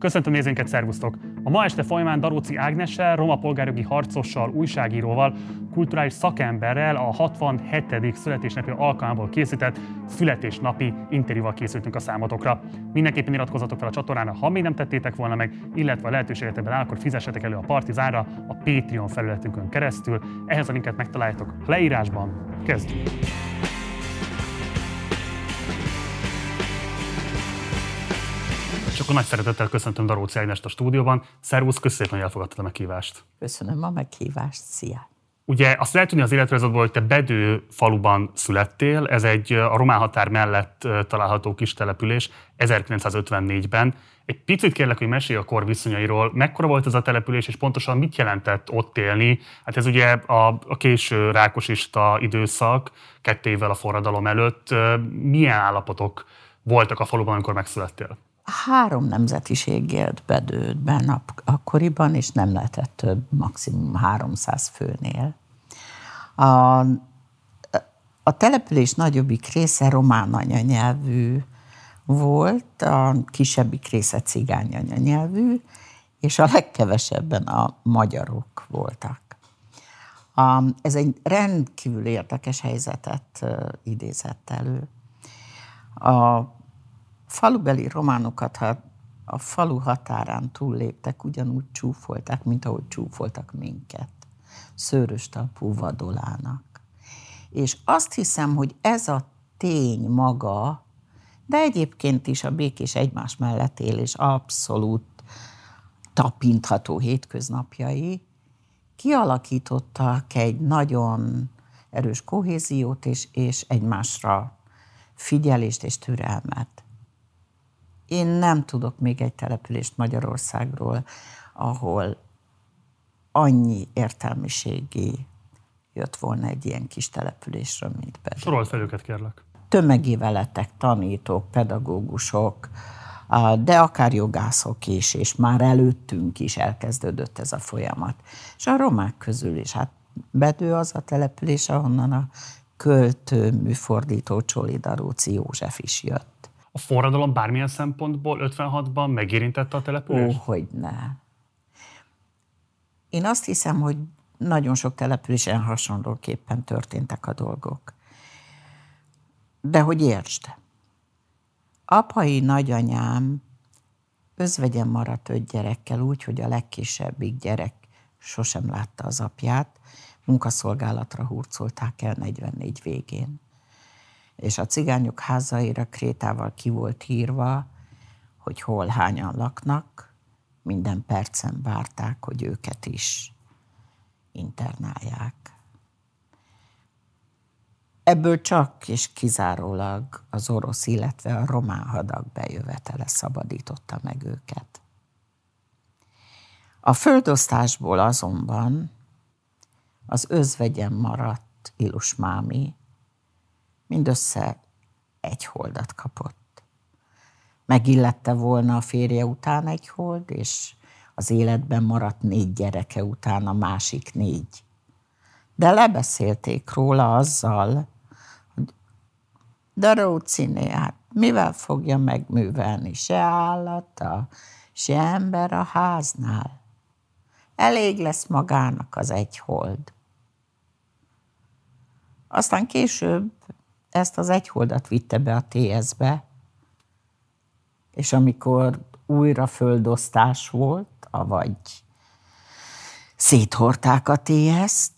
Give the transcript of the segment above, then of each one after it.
Köszöntöm nézőinket, szervusztok! A ma este folyamán Daróczi Ágnessel, roma polgárjogi harcossal, újságíróval, kulturális szakemberrel a 67. születésnapi alkalmából készített születésnapi interjúval készültünk a számotokra. Mindenképpen iratkozzatok fel a csatornára, ha még nem tettétek volna meg, illetve a lehetőségetekben áll, akkor fizessetek elő a Partizánra a Patreon felületünkön keresztül. Ehhez a linket megtaláljátok a leírásban. Kezdjük! És akkor nagy szeretettel köszöntöm Daróczi Ágnest a stúdióban. Szervusz, köszönöm, hogy elfogadtad a meghívást. Köszönöm a meghívást, szia! Ugye azt lehet tudni az életrajzodból, hogy te Bedő faluban születtél, ez egy a román határ mellett található kis település 1954-ben. Egy picit kérlek, hogy mesélj a kor viszonyairól, mekkora volt ez a település, és pontosan mit jelentett ott élni? Hát ez ugye a késő rákosista időszak, 2 évvel a forradalom előtt. Milyen állapotok voltak a faluban, amikor megszülettél? 3 nemzetiség élt Bedőben akkoriban, és nem lehetett több, maximum 300 főnél. A település nagyobbik része román anyanyelvű volt, a kisebbik része cigány anyanyelvű, és a legkevesebben a magyarok voltak. Ez egy rendkívül érdekes helyzetet idézett elő. A falubeli románokat, ha a falu határán túlléptek, ugyanúgy csúfolták, mint ahogy csúfoltak minket. Szőrös talpú vadolának. És azt hiszem, hogy ez a tény maga, de egyébként is a békés egymás mellett élés abszolút tapintható hétköznapjai, kialakítottak egy nagyon erős kohéziót és egymásra figyelést és türelmet. Én nem tudok még egy települést Magyarországról, ahol annyi értelmiségi jött volna egy ilyen kis településről, mint Bedő. Sorold fel őket, kérlek. Tömegével lettek tanítók, pedagógusok, de akár jogászok is, és már előttünk is elkezdődött ez a folyamat. És a romák közül is, hát Bedő az a település, ahonnan a költő, műfordító Csoli Daróczi József is jött. A forradalom bármilyen szempontból 56-ban megérintette a települést? Hogyne. Én azt hiszem, hogy nagyon sok településen hasonlóképpen történtek a dolgok. De hogy értsd, apai nagyanyám özvegyen maradt 5 gyerekkel úgy, hogy a legkisebbik gyerek sosem látta az apját, munkaszolgálatra hurcolták el 44 végén. És a cigányok házaira krétával ki volt írva, hogy hol hányan laknak, minden percen várták, hogy őket is internálják. Ebből csak és kizárólag az orosz, illetve a román hadak bejövetele szabadította meg őket. A földosztásból azonban az özvegyen maradt Ilus mámi mindössze 1 holdat kapott. Megillette volna a férje után 1 hold, és az életben maradt 4 gyereke után a másik 4. De lebeszélték róla azzal, hogy Daróciné, hát mivel fogja megművelni? Se állata, se ember a háznál. Elég lesz magának az 1 hold. Aztán később ezt az 1 holdat vitte be a TS-be, és amikor újra földosztás volt, avagy széthordták a TS-t,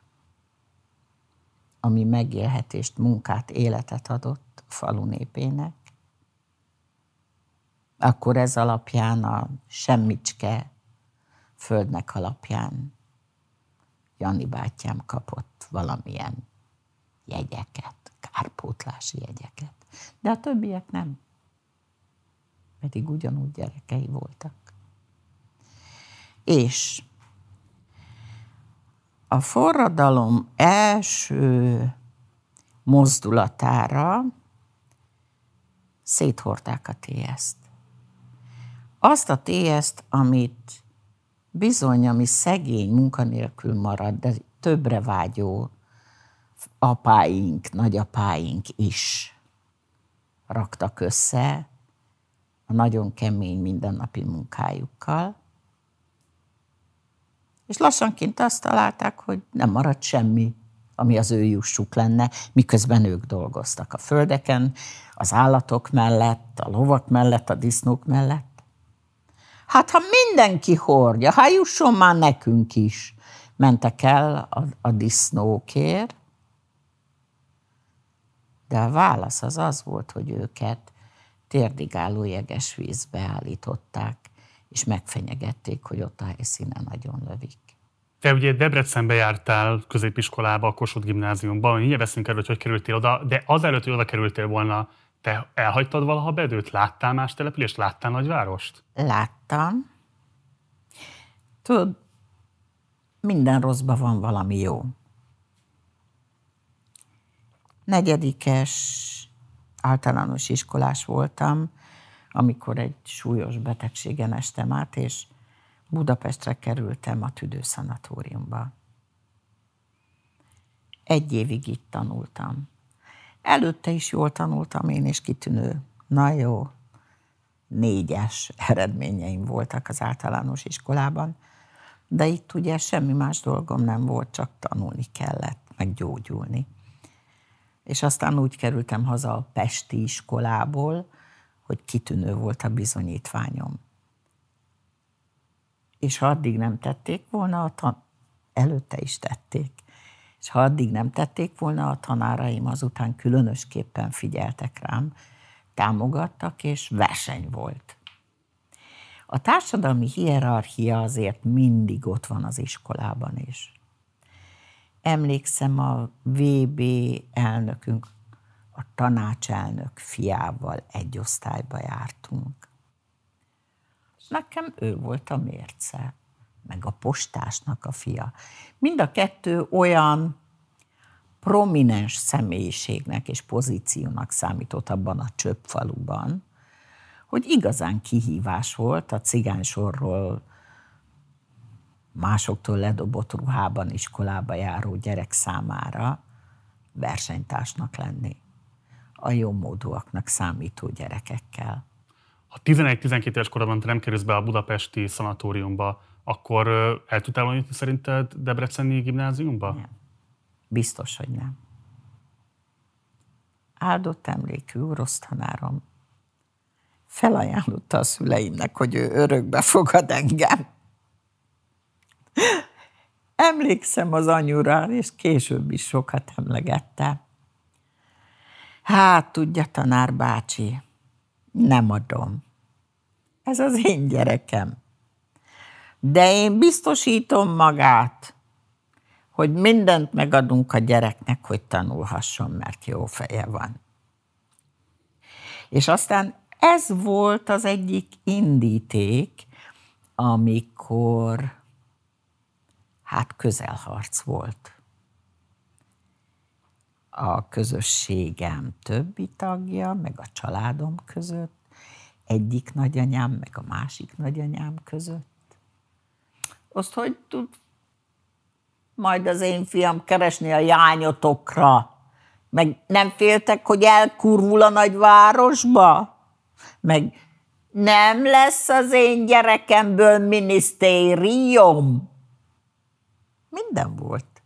ami megélhetést, munkát, életet adott a falu népének, akkor ez alapján a semmicske földnek alapján Jani bátyám kapott valamilyen jegyeket, kárpótlási jegyeket. De a többiek nem. Pedig ugyanúgy gyerekei voltak. És a forradalom első mozdulatára széthordták a TS-t. Azt a TS-t, amit bizony, ami szegény, munkanélkül marad, de többre vágyó apáink, nagyapáink is raktak össze, a nagyon kemény mindennapi munkájukkal, és lassanként azt találták, hogy nem maradt semmi, ami az ő jussuk lenne, miközben ők dolgoztak a földeken, az állatok mellett, a lovak mellett, a disznók mellett. Hát, ha mindenki hordja, hát jusson már nekünk is. Mentek el a disznókért, de a válasz az volt, hogy őket térdigáló jeges vízbe állították, és megfenyegették, hogy ott a helyszínen nagyon lövik. Te ugye Debrecenbe jártál középiskolába, a Kossuth gimnáziumban, mindjárt beszélünk erről, hogy kerültél oda, de azelőtt, hogy oda kerültél volna, te elhagytad valaha Bedőt? Láttál más települést? Láttál nagyvárost? Láttam. Tudod, minden rosszban van valami jó. Negyedikes általános iskolás voltam, amikor egy súlyos betegségen estem át, és Budapestre kerültem a tüdőszanatóriumba. 1 évig itt tanultam. Előtte is jól tanultam én, és kitűnő. Na jó, 4-es eredményeim voltak az általános iskolában, de itt ugye semmi más dolgom nem volt, csak tanulni kellett, meg gyógyulni. És aztán úgy kerültem haza a pesti iskolából, hogy kitűnő volt a bizonyítványom. És ha addig nem tették volna, előtte is tették, és ha addig nem tették volna, a tanáraim azután különösképpen figyeltek rám, támogattak, és verseny volt. A társadalmi hierarchia azért mindig ott van az iskolában is. Emlékszem, a VB elnökünk, a tanácselnök fiával egy osztályba jártunk. Nekem ő volt a mérce, meg a postásnak a fia. Mind a kettő olyan prominens személyiségnek és pozíciónak számított abban a csöppfaluban, hogy igazán kihívás volt a cigánysorról másoktól ledobott ruhában iskolába járó gyerek számára versenytársnak lenni a jómódúaknak számító gyerekekkel. Ha 11-12 éves korodban te nem kerülsz be a budapesti szanatóriumba, akkor el tudtál volna jutni szerinted debreceni gimnáziumba? Nem. Biztos, hogy nem. Áldott emlékű orosz tanárom felajánlotta a szüleimnek, hogy ő örökbe fogad engem. Emlékszem az anyura, és később is sokat emlegette. Hát, tudja, tanár bácsi, nem adom. Ez az én gyerekem. De én biztosítom magát, hogy mindent megadunk a gyereknek, hogy tanulhasson, mert jó feje van. És aztán ez volt az egyik indíték, amikor közelharc volt. A közösségem többi tagja, meg a családom között, egyik nagyanyám, meg a másik nagyanyám között. Azt hogy tud majd az én fiam keresni a jányotokra? Meg nem féltek, hogy elkurvul a nagyvárosba? Meg nem lesz az én gyerekemből minisztérium? Minden volt.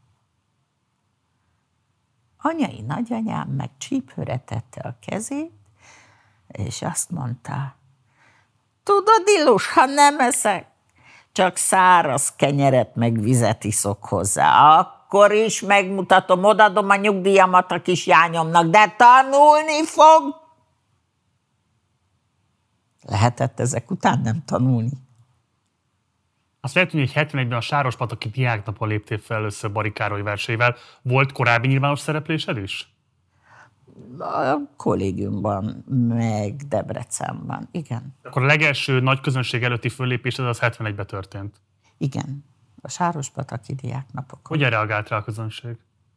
Anyai nagyanyám meg csípőre tette a kezét, és azt mondta, tudod, Ilus, ha nem eszek, csak száraz kenyeret meg vizet iszok hozzá, akkor is megmutatom, odadom a nyugdíjamat a kislányomnak, de tanulni fog. Lehetett ezek után nem tanulni? Azt lehet tudni, hogy 71-ben a Sárospataki Diáknapon léptél fel először Bari Károly verseivel. Volt korábbi nyilvános szereplésed is? A kollégiumban, meg Debrecenben, igen. Akkor a legelső nagy közönség előtti föllépésed az 71-ben történt. Igen, a Sárospataki Diáknapokon. Hogyan reagált rá a közönség?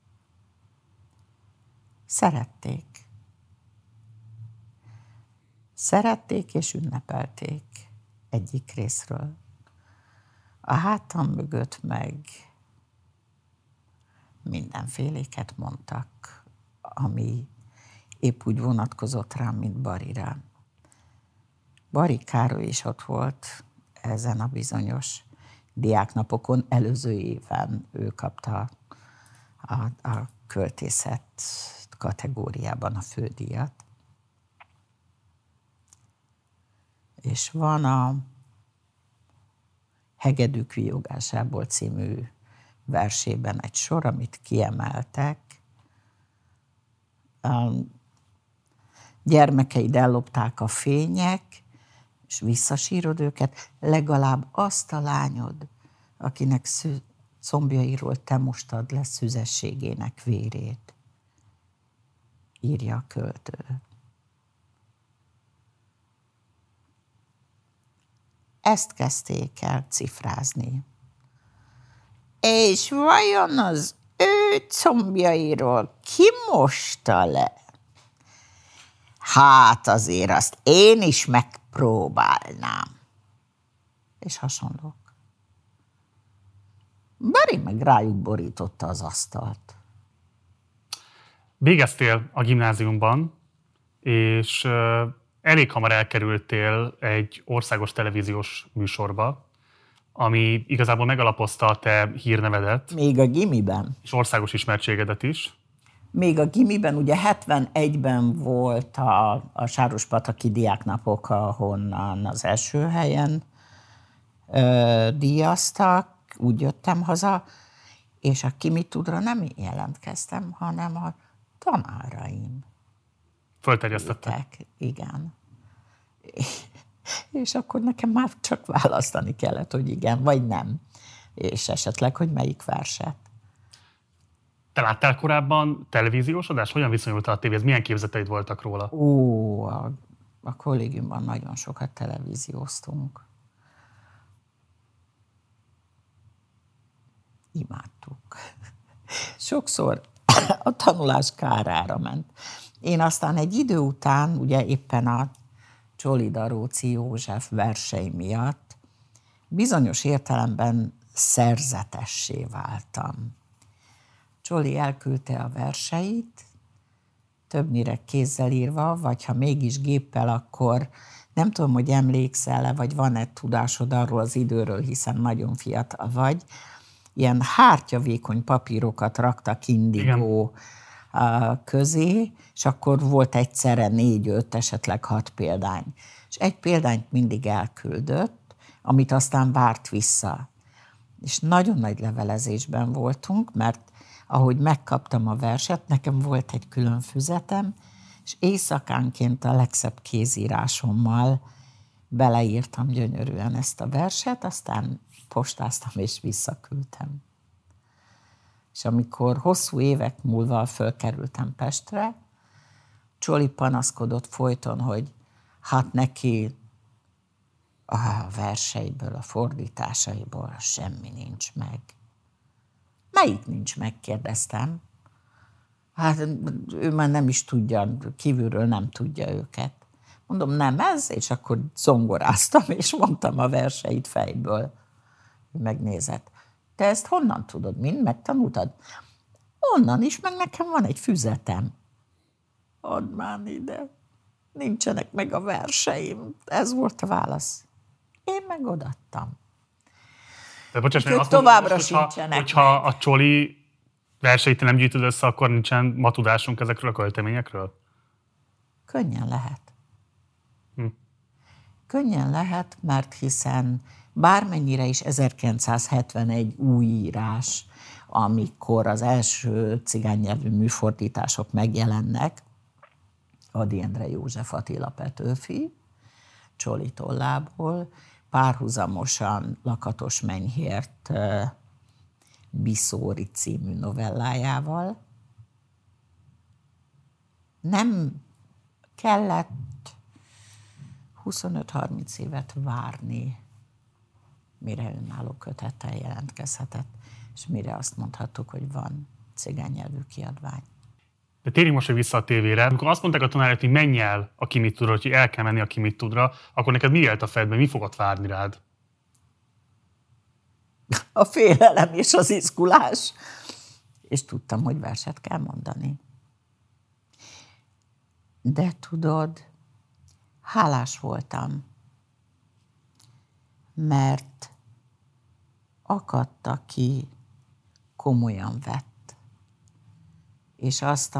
Szerették. Szerették és ünnepelték egyik részről. A hátam mögött meg mindenféléket mondtak, ami épp úgy vonatkozott rám, mint Barira. Bari Károly is ott volt ezen a bizonyos diáknapokon. Előző éven ő kapta a költészet kategóriában a fődíjat. És van a Hegedűk víjogásából című versében egy sor, amit kiemeltek. Gyermekeid ellopták a fények, és visszasírod őket, legalább azt a lányod, akinek combjairól te mostad le szüzességének vérét, írja a költő. Ezt kezdték el cifrázni. És vajon az ő combjairól ki mosta le? Hát azért azt én is megpróbálnám. És hasonlók. Bari meg rájuk borította az asztalt. Végeztél a gimnáziumban, és elég hamar elkerültél egy országos televíziós műsorba, ami igazából megalapozta a te hírnevedet. Még a gimiben. És országos ismertségedet is. Még a gimiben, ugye 71-ben volt a Sárospataki diáknapok, ahonnan az első helyen díjaztak, úgy jöttem haza, és a Ki tudra nem jelentkeztem, hanem a tanáraim. Fölterjesztettek. Igen. És akkor nekem már csak választani kellett, hogy igen, vagy nem. És esetleg, hogy melyik verset. Te láttál korábban televíziós adást? Hogyan viszonyultál a tévéhez? Milyen képzeteid voltak róla? A kollégiumban nagyon sokat televízióztunk. Imádtuk. Sokszor a tanulás kárára ment. Én aztán egy idő után, ugye éppen a Csoli Daróci József versei miatt bizonyos értelemben szerzetessé váltam. Csoli elküldte a verseit, többnyire kézzel írva, vagy ha mégis géppel, akkor nem tudom, hogy emlékszel-e, vagy van-e tudásod arról az időről, hiszen nagyon fiatal vagy, ilyen hártyavékony papírokat raktak indigó közé, és akkor volt egyszerre 4-5, esetleg 6 példány. És egy példányt mindig elküldött, amit aztán várt vissza. És nagyon nagy levelezésben voltunk, mert ahogy megkaptam a verset, nekem volt egy külön füzetem, és éjszakánként a legszebb kézírásommal beleírtam gyönyörűen ezt a verset, aztán postáztam és visszaküldtem. És amikor hosszú évek múlva fölkerültem Pestre, Csoli panaszkodott folyton, hogy hát neki a verseiből, a fordításaiból semmi nincs meg. Melyik nincs meg, kérdeztem. Hát ő már nem is tudja, kívülről nem tudja őket. Mondom, nem ez, és akkor zongoráztam, és mondtam a verseit fejből. Ő megnézett. Te ezt honnan tudod? Mind megtanultad? Onnan is, meg nekem van egy füzetem. Add már ide. Nincsenek meg a verseim. Ez volt a válasz. Én megodattam. De bocsáss, ők továbbra sincsenek. Hogyha a Csoli verseit nem gyűjtöd össze, akkor nincsen ma tudásunk ezekről a költeményekről? Könnyen lehet. Könnyen lehet, mert hiszen bármennyire is 1971 újírás, amikor az első cigánynyelvű műfordítások megjelennek, Ady Endre József Attila Petőfi, Csoli tollából, párhuzamosan Lakatos Menyhért Biszóri című novellájával. Nem kellett 25-30 évet várni, mire önálló kötettel jelentkezhetett, és mire azt mondhattuk, hogy van cigánynyelvű kiadvány. De térjünk most vissza a tévére. Amikor azt mondták a tanárok, hogy menj el a Ki mit tudra, hogy el kell menni a Ki mit tudra, akkor neked mi élt a fejedben, mi fogott várni rád? A félelem és az izgulás. És tudtam, hogy verset kell mondani. De tudod, hálás voltam mert akadt, aki komolyan vett. És azt,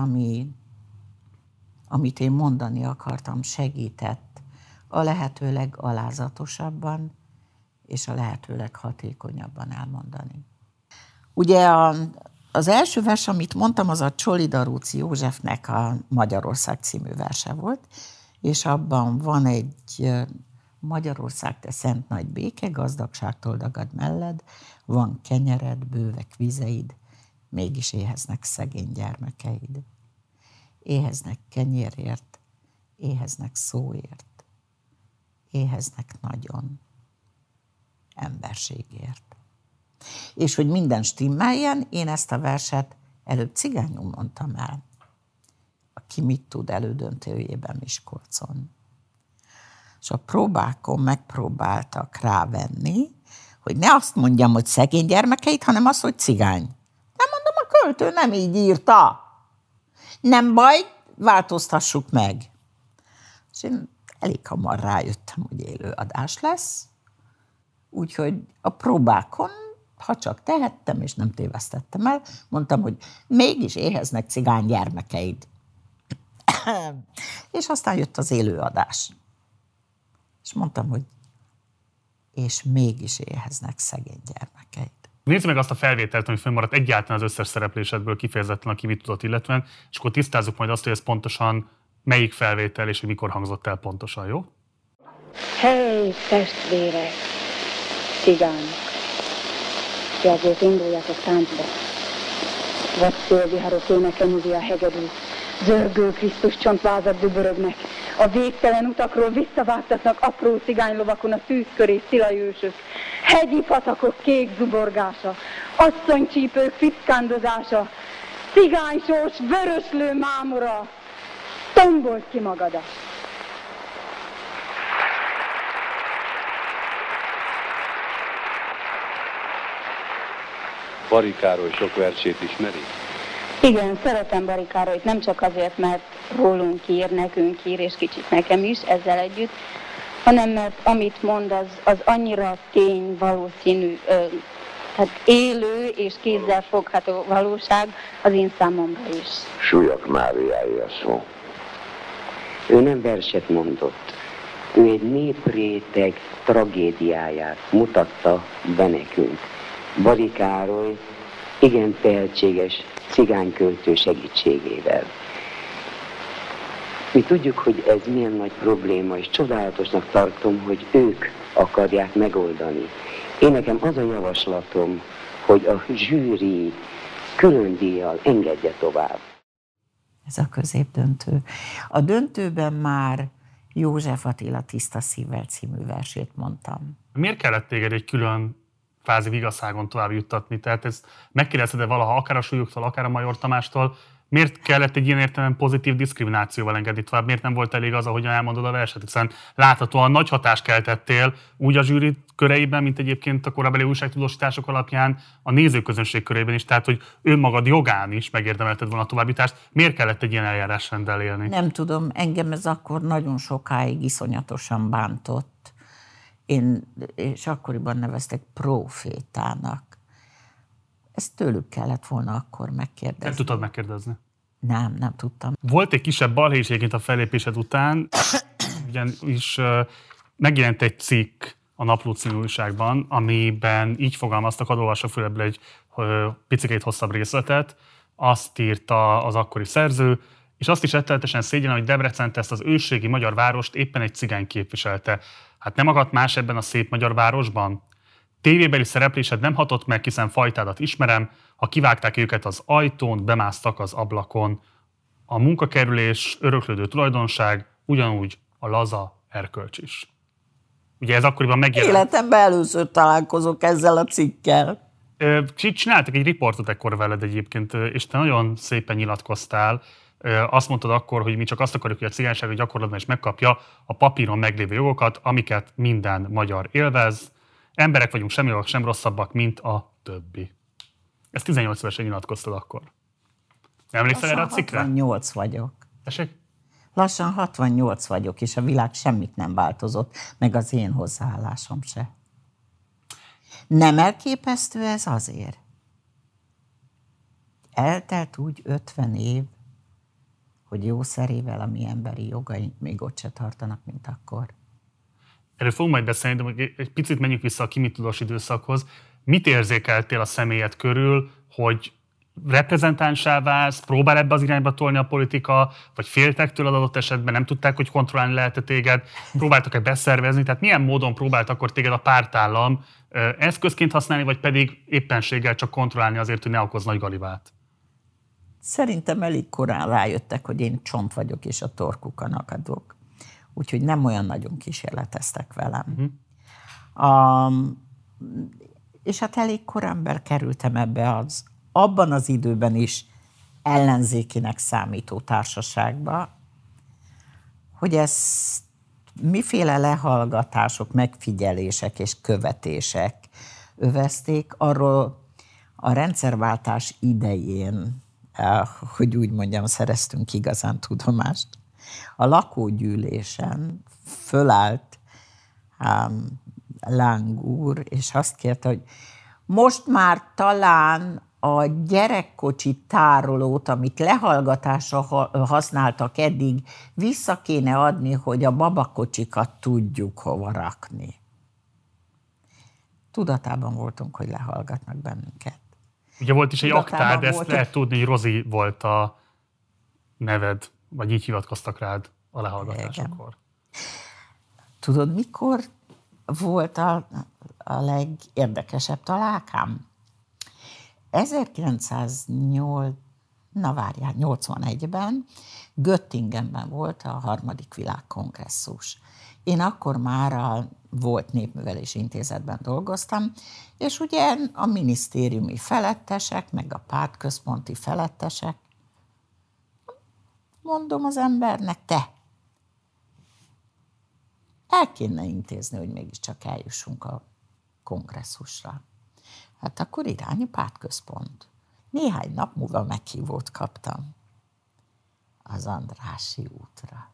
amit én mondani akartam, segített a lehető legalázatosabban és a lehető leghatékonyabban elmondani. Ugye az első vers, amit mondtam, az a Csoli Darucci Józsefnek a Magyarország című verse volt, és abban van egy Magyarország, te szent nagy béke, gazdagságtól dagad melled, van kenyered, bővek vizeid, mégis éheznek szegény gyermekeid. Éheznek kenyérért, éheznek szóért, éheznek nagyon emberségért. És hogy minden stimmeljen, én ezt a verset előbb cigányul mondtam el. Aki mit tud elődöntőjében Miskolcon. És a próbákon megpróbáltak rávenni, hogy ne azt mondjam, hogy szegény gyermekeit, hanem azt, hogy cigány. Nem mondom, a költő nem így írta. Nem baj, változtassuk meg. És én elég hamar rájöttem, hogy élőadás lesz. Úgyhogy a próbákon, ha csak tehettem, és nem tévesztettem el, mondtam, hogy mégis éheznek cigány gyermekeid. És aztán jött az élőadás. És mondtam, hogy és mégis éheznek szegény gyermekeid. Nézd meg azt a felvételt, ami fönnmaradt egyáltalán az összes szereplésedből kifejezetten a kivitudat illetően, és akkor tisztázzuk majd azt, hogy ez pontosan melyik felvétel, és hogy mikor hangzott el pontosan, jó? Hely, testvérek, cigányok! Ti azért induljatok táncba. Vad szélviharok énekenyüzi a hegedű, zörgő Krisztus csontvázak dübörögnek, a végtelen utakról visszavágtatnak apró cigánylovakon a szűz köré szilajösök, hegyi patakok kék zuborgása, asszonycsípők fickándozása, cigánysors vöröslő mámora, tombolt ki magadat! Bari Károly sok versét ismeri? Igen, szeretem Bari Károlyt, nem csak azért, mert rólunk ír, nekünk ír, és kicsit nekem is ezzel együtt, hanem mert amit mond, az annyira tény, valószínű, tehát élő és kézzel fogható valóság az én számomra is. Súlyog Máriáé a szó. Ő nem verset mondott, ő egy népréteg tragédiáját mutatta be nekünk. Bari Károly igen tehetséges cigányköltő segítségével. Mi tudjuk, hogy ez milyen nagy probléma, és csodálatosnak tartom, hogy ők akarják megoldani. Én nekem az a javaslatom, hogy a zsűri külön díjjal engedje tovább. Ez a középdöntő. A döntőben már József Attila Tiszta szívvel című versét mondtam. Miért kellett téged egy külön kvázi vigaszágon tovább juttatni? Tehát ezt megkérdezted valaha akár a Súlyogtól, akár a Major Tamástól, miért kellett egy ilyen értelemben pozitív diszkriminációval engedni tovább? Miért nem volt elég az, ahogyan elmondod a verset? Hiszen láthatóan nagy hatást keltettél úgy a zsűri köreiben, mint egyébként a korabeli újságtudósítások alapján a nézőközönség körében is, tehát hogy önmagad jogán is megérdemelted volna a továbbjutást. Miért kellett egy ilyen eljárásrenddel élni? Nem tudom, engem ez akkor nagyon sokáig iszonyatosan bántott. És akkoriban neveztek profétának. Ezt tőlük kellett volna akkor megkérdezni. Nem tudtad megkérdezni? Nem tudtam. Volt egy kisebb balhéségként a fellépésed után, ugyanis megjelent egy cikk a Napló című újságban, amiben így fogalmaztak, hadd olvassak föl ebből egy picikét hosszabb részletet. Azt írta az akkori szerző, és azt is rettenetesen szégyellem, hogy Debrecent, ezt az ősrégi magyar várost éppen egy cigány képviselte. Hát nem akadt más ebben a szép magyar városban? Tévébeli szereplésed nem hatott meg, hiszen fajtádat ismerem, ha kivágták őket az ajtón, bemásztak az ablakon. A munkakerülés, öröklődő tulajdonság, ugyanúgy a laza erkölcs is. Ugye ez akkoriban megjelent. Életemben először találkozok ezzel a cikkel. Csináltak egy riportot ekkor veled egyébként, és te nagyon szépen nyilatkoztál. Azt mondtad akkor, hogy mi csak azt akarjuk, hogy a cigányság a gyakorlatban is megkapja a papíron meglévő jogokat, amiket minden magyar élvez. Emberek vagyunk, semmivel sem rosszabbak, mint a többi. Ezt 18 évesen nyilatkoztad akkor. Emlékszel erre a cikkre? 68 vagyok. Tessék? Lassan 68 vagyok, és a világ semmit nem változott, meg az én hozzáállásom se. Nem elképesztő ez azért? Eltelt úgy 50 év, hogy jószerével a mi emberi jogaink még ott se tartanak, mint akkor. Erről fogunk majd beszélni, de egy picit menjünk vissza a kimitudós időszakhoz. Mit érzékeltél a személyed körül, hogy reprezentánsá válsz, próbál ebbe az irányba tolni a politika, vagy féltek tőled adott esetben, nem tudták, hogy kontrollálni lehet-e téged, próbáltak-e beszervezni, tehát milyen módon próbált akkor téged a pártállam eszközként használni, vagy pedig éppenséggel csak kontrollálni azért, hogy ne okoz nagy galibát? Szerintem elég korán rájöttek, hogy én csont vagyok, és a torkukon akadok. Úgyhogy nem olyan nagyon kísérleteztek velem. És hát elég korán kerültem ebbe abban az időben is ellenzékinek számító társaságba, hogy ezt miféle lehallgatások, megfigyelések és követések övezték. Arról a rendszerváltás idején, hogy úgy mondjam, szereztünk igazán tudomást. A lakógyűlésen fölállt Láng úr, és azt kérte, hogy most már talán a gyerekkocsi tárolót, amit lehallgatásra használtak eddig, vissza kéne adni, hogy a babakocsikat tudjuk hova rakni. Tudatában voltunk, hogy lehallgatnak bennünket. Ugye volt is egy aktád, ezt lehet tudni, hogy Rozi volt a neved, vagy így hivatkoztak rád a lehallgatásokor. Tudod, mikor volt a legérdekesebb találkám? 1981-ben Göttingenben volt a 3. világkongresszus. Én akkor már a volt Népművelési Intézetben dolgoztam, és ugye a minisztériumi felettesek, meg a pártközponti felettesek, mondom az embernek, te, el kéne intézni, hogy mégiscsak eljussunk a kongresszusra. Hát akkor irányi pártközpont. Néhány nap múlva meghívót kaptam az Andrássy útra.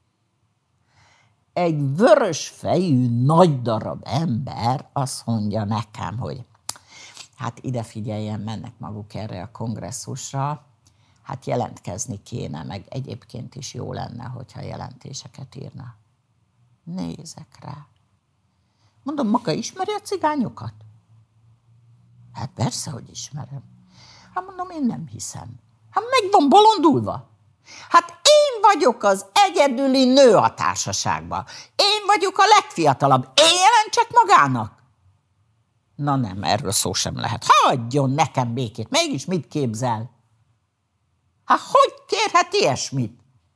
Egy vörös fejű, nagy darab ember azt mondja nekem, hogy hát ide figyeljen, mennek maguk erre a kongresszusra, hát jelentkezni kéne, meg egyébként is jó lenne, hogyha jelentéseket írna. Nézek rá. Mondom, maga ismeri a cigányokat? Hát persze, hogy ismerem. Hát mondom, én nem hiszem. Hát meg van bolondulva. Hát én vagyok az egyedüli nő a társaságban. Én vagyok a legfiatalabb. Én jelentsek magának. Na nem, erről szó sem lehet. Hagyjon nekem békét. Mégis mit képzel? Hát hogy kérhet ilyesmit?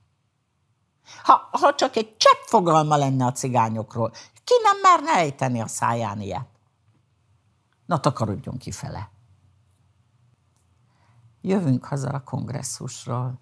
Ha csak egy csepp fogalma lenne a cigányokról, ki nem merne ejteni a száján ilyet? Na, takarodjon kifele. Jövünk haza a kongresszusról.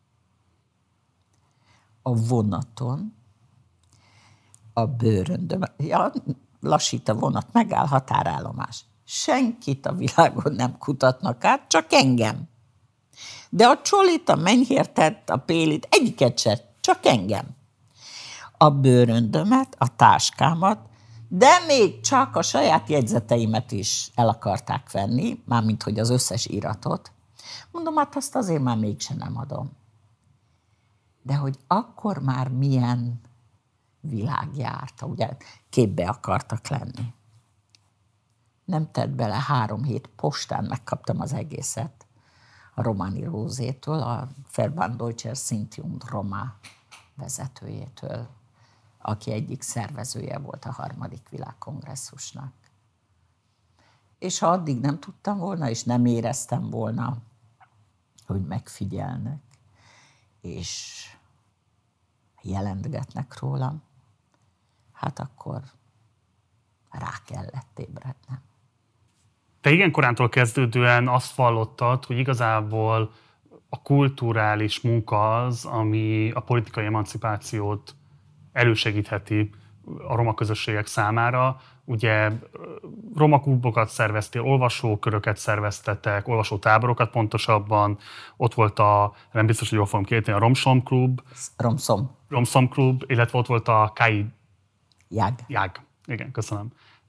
A vonaton, a bőröndöm, lassít a vonat, megáll, határállomás. Senkit a világon nem kutatnak át, csak engem. De a csolit, a menyhértet, a pélit, egyiket se, csak engem. A bőröndömet, a táskámat, de még csak a saját jegyzeteimet is el akarták venni, mármint hogy az összes iratot. Mondom, hát azt azért már mégsem nem adom. De hogy akkor már milyen világ járta, ugye képbe akartak lenni. Nem tett bele 3 hét, postán megkaptam az egészet a Románi Rózétől, a Verband Deutscher Sinti und Roma vezetőjétől, aki egyik szervezője volt a 3. világkongresszusnak. És ha addig nem tudtam volna, és nem éreztem volna, hogy megfigyelnek, és jelentgetnek rólam, hát akkor rá kellett ébrednem. Te igen korántól kezdődően azt vallottad, hogy igazából a kulturális munka az, ami a politikai emancipációt elősegítheti a roma közösségek számára. Ugye roma klubokat szerveztél, olvasóköröket szerveztetek, olvasótáborokat pontosabban. Ott volt nem biztos, hogy jól fogom kiejteni, a Romsom Klub. Romsom. Romsom Klub, illetve ott volt a Kai Jag. Jag. Igen, köszönöm.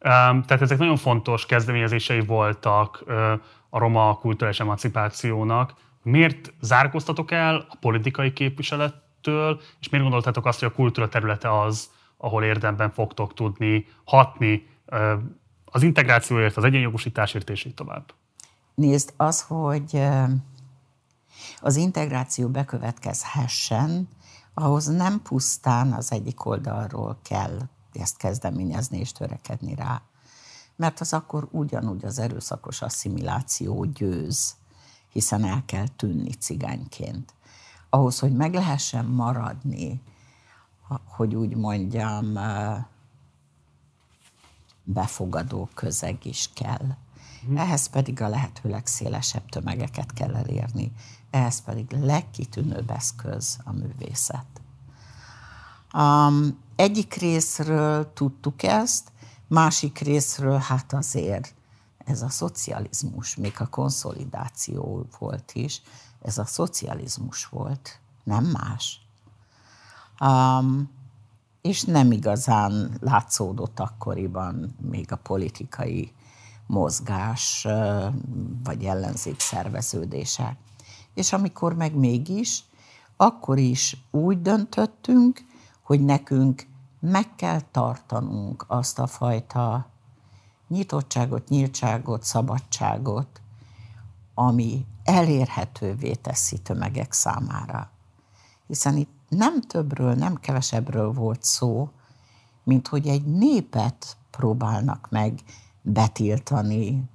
Tehát ezek nagyon fontos kezdeményezései voltak a roma kulturális emancipációnak. Miért zárkóztatok el a politikai képviselettől, és miért gondoltátok azt, hogy a kultúra területe az, ahol érdemben fogtok tudni hatni az integrációért, az egyenjogosításért, és így tovább? Nézd, az, hogy az integráció bekövetkezhessen, ahhoz nem pusztán az egyik oldalról kell ezt kezdeményezni és törekedni rá. Mert az akkor ugyanúgy az erőszakos asszimiláció győz, hiszen el kell tűnni cigányként. Ahhoz, hogy meg lehessen maradni, hogy úgy mondjam, befogadó közeg is kell. Ehhez pedig a lehető legszélesebb tömegeket kell elérni. Ehhez pedig legkitűnőbb eszköz a művészet. Egyik részről tudtuk ezt, másik részről hát azért ez a szocializmus, még a konszolidáció volt is, ez a szocializmus volt, nem más. És nem igazán látszódott akkoriban még a politikai mozgás, vagy ellenzék szerveződése. És amikor meg mégis, akkor is úgy döntöttünk, hogy nekünk meg kell tartanunk azt a fajta nyitottságot, nyíltságot, szabadságot, ami elérhetővé teszi tömegek számára. Hiszen itt nem többről, nem kevesebbről volt szó, mint hogy egy népet próbálnak meg betiltani,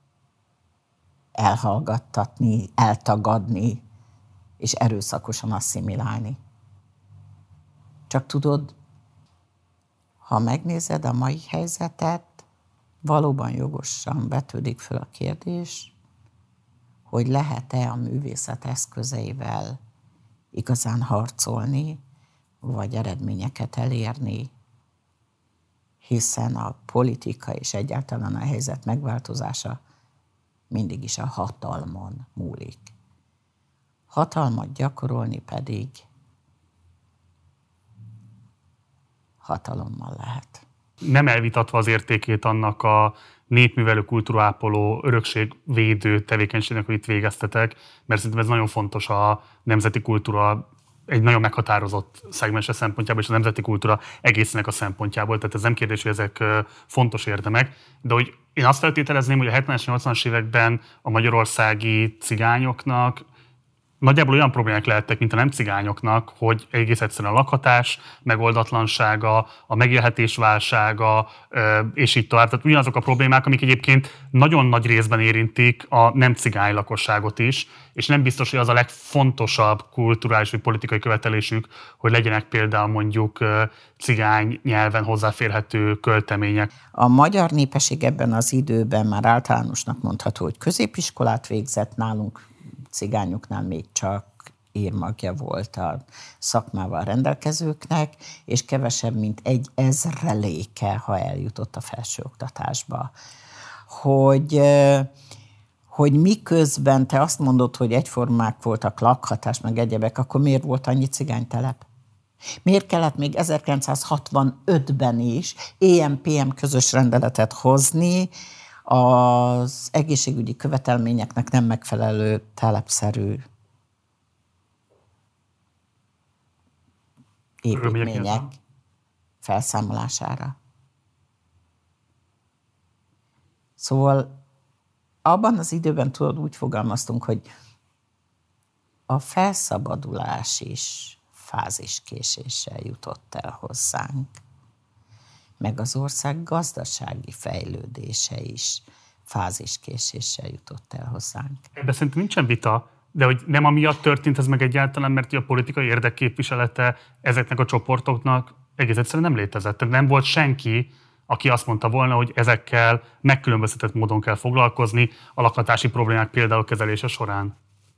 elhallgattatni, eltagadni, és erőszakosan asszimilálni. Csak tudod, ha megnézed a mai helyzetet, valóban jogosan vetődik föl a kérdés, hogy lehet-e a művészet eszközeivel igazán harcolni, vagy eredményeket elérni, hiszen a politika és egyáltalán a helyzet megváltozása mindig is a hatalmon múlik. Hatalmat gyakorolni pedig hatalommal lehet. Nem elvitatva az értékét annak a népművelő, kultúrápoló, örökségvédő tevékenységnek, hogy itt végeztetek, mert szerintem ez nagyon fontos a nemzeti kultúra egy nagyon meghatározott szegmense szempontjából, és a nemzeti kultúra egésznek a szempontjából. Tehát ez nem kérdés, hogy ezek fontos érdemek, de hogy én azt feltételezném, hogy a 70-es, 80-as években a magyarországi cigányoknak nagyjából olyan problémák lehettek, mint a nem cigányoknak, hogy egész egyszerűen a lakhatás megoldatlansága, a megélhetés válsága, és így tovább. Tehát ugyanazok a problémák, amik egyébként nagyon nagy részben érintik a nem cigány lakosságot is, és nem biztos, hogy az a legfontosabb kulturális vagy politikai követelésük, hogy legyenek például mondjuk cigány nyelven hozzáférhető költemények. A magyar népesség ebben az időben már általánosnak mondható, hogy középiskolát végzett, nálunk cigányoknál még csak írmagja volt a szakmával rendelkezőknek, és kevesebb, mint 1000-reléke, ha eljutott a felsőoktatásba. Hogy miközben te azt mondod, hogy egyformák voltak lakhatás, meg egyebek, akkor miért volt annyi cigánytelep? Miért kellett még 1965-ben is EM-PM közös rendeletet hozni, az egészségügyi követelményeknek nem megfelelő telepszerű építmények felszámolására. Szóval abban az időben tudod, úgy fogalmaztunk, hogy a felszabadulás is fáziskéséssel jutott el hozzánk, meg az ország gazdasági fejlődése is fáziskéséssel jutott el hozzánk. Ebben szerintem nincsen vita, de hogy nem amiatt történt ez meg egyáltalán, mert a politikai érdekképviselete ezeknek a csoportoknak egész egyszerűen nem létezett. Tehát nem volt senki, aki azt mondta volna, hogy ezekkel megkülönböztetett módon kell foglalkozni a lakhatási problémák például kezelése során.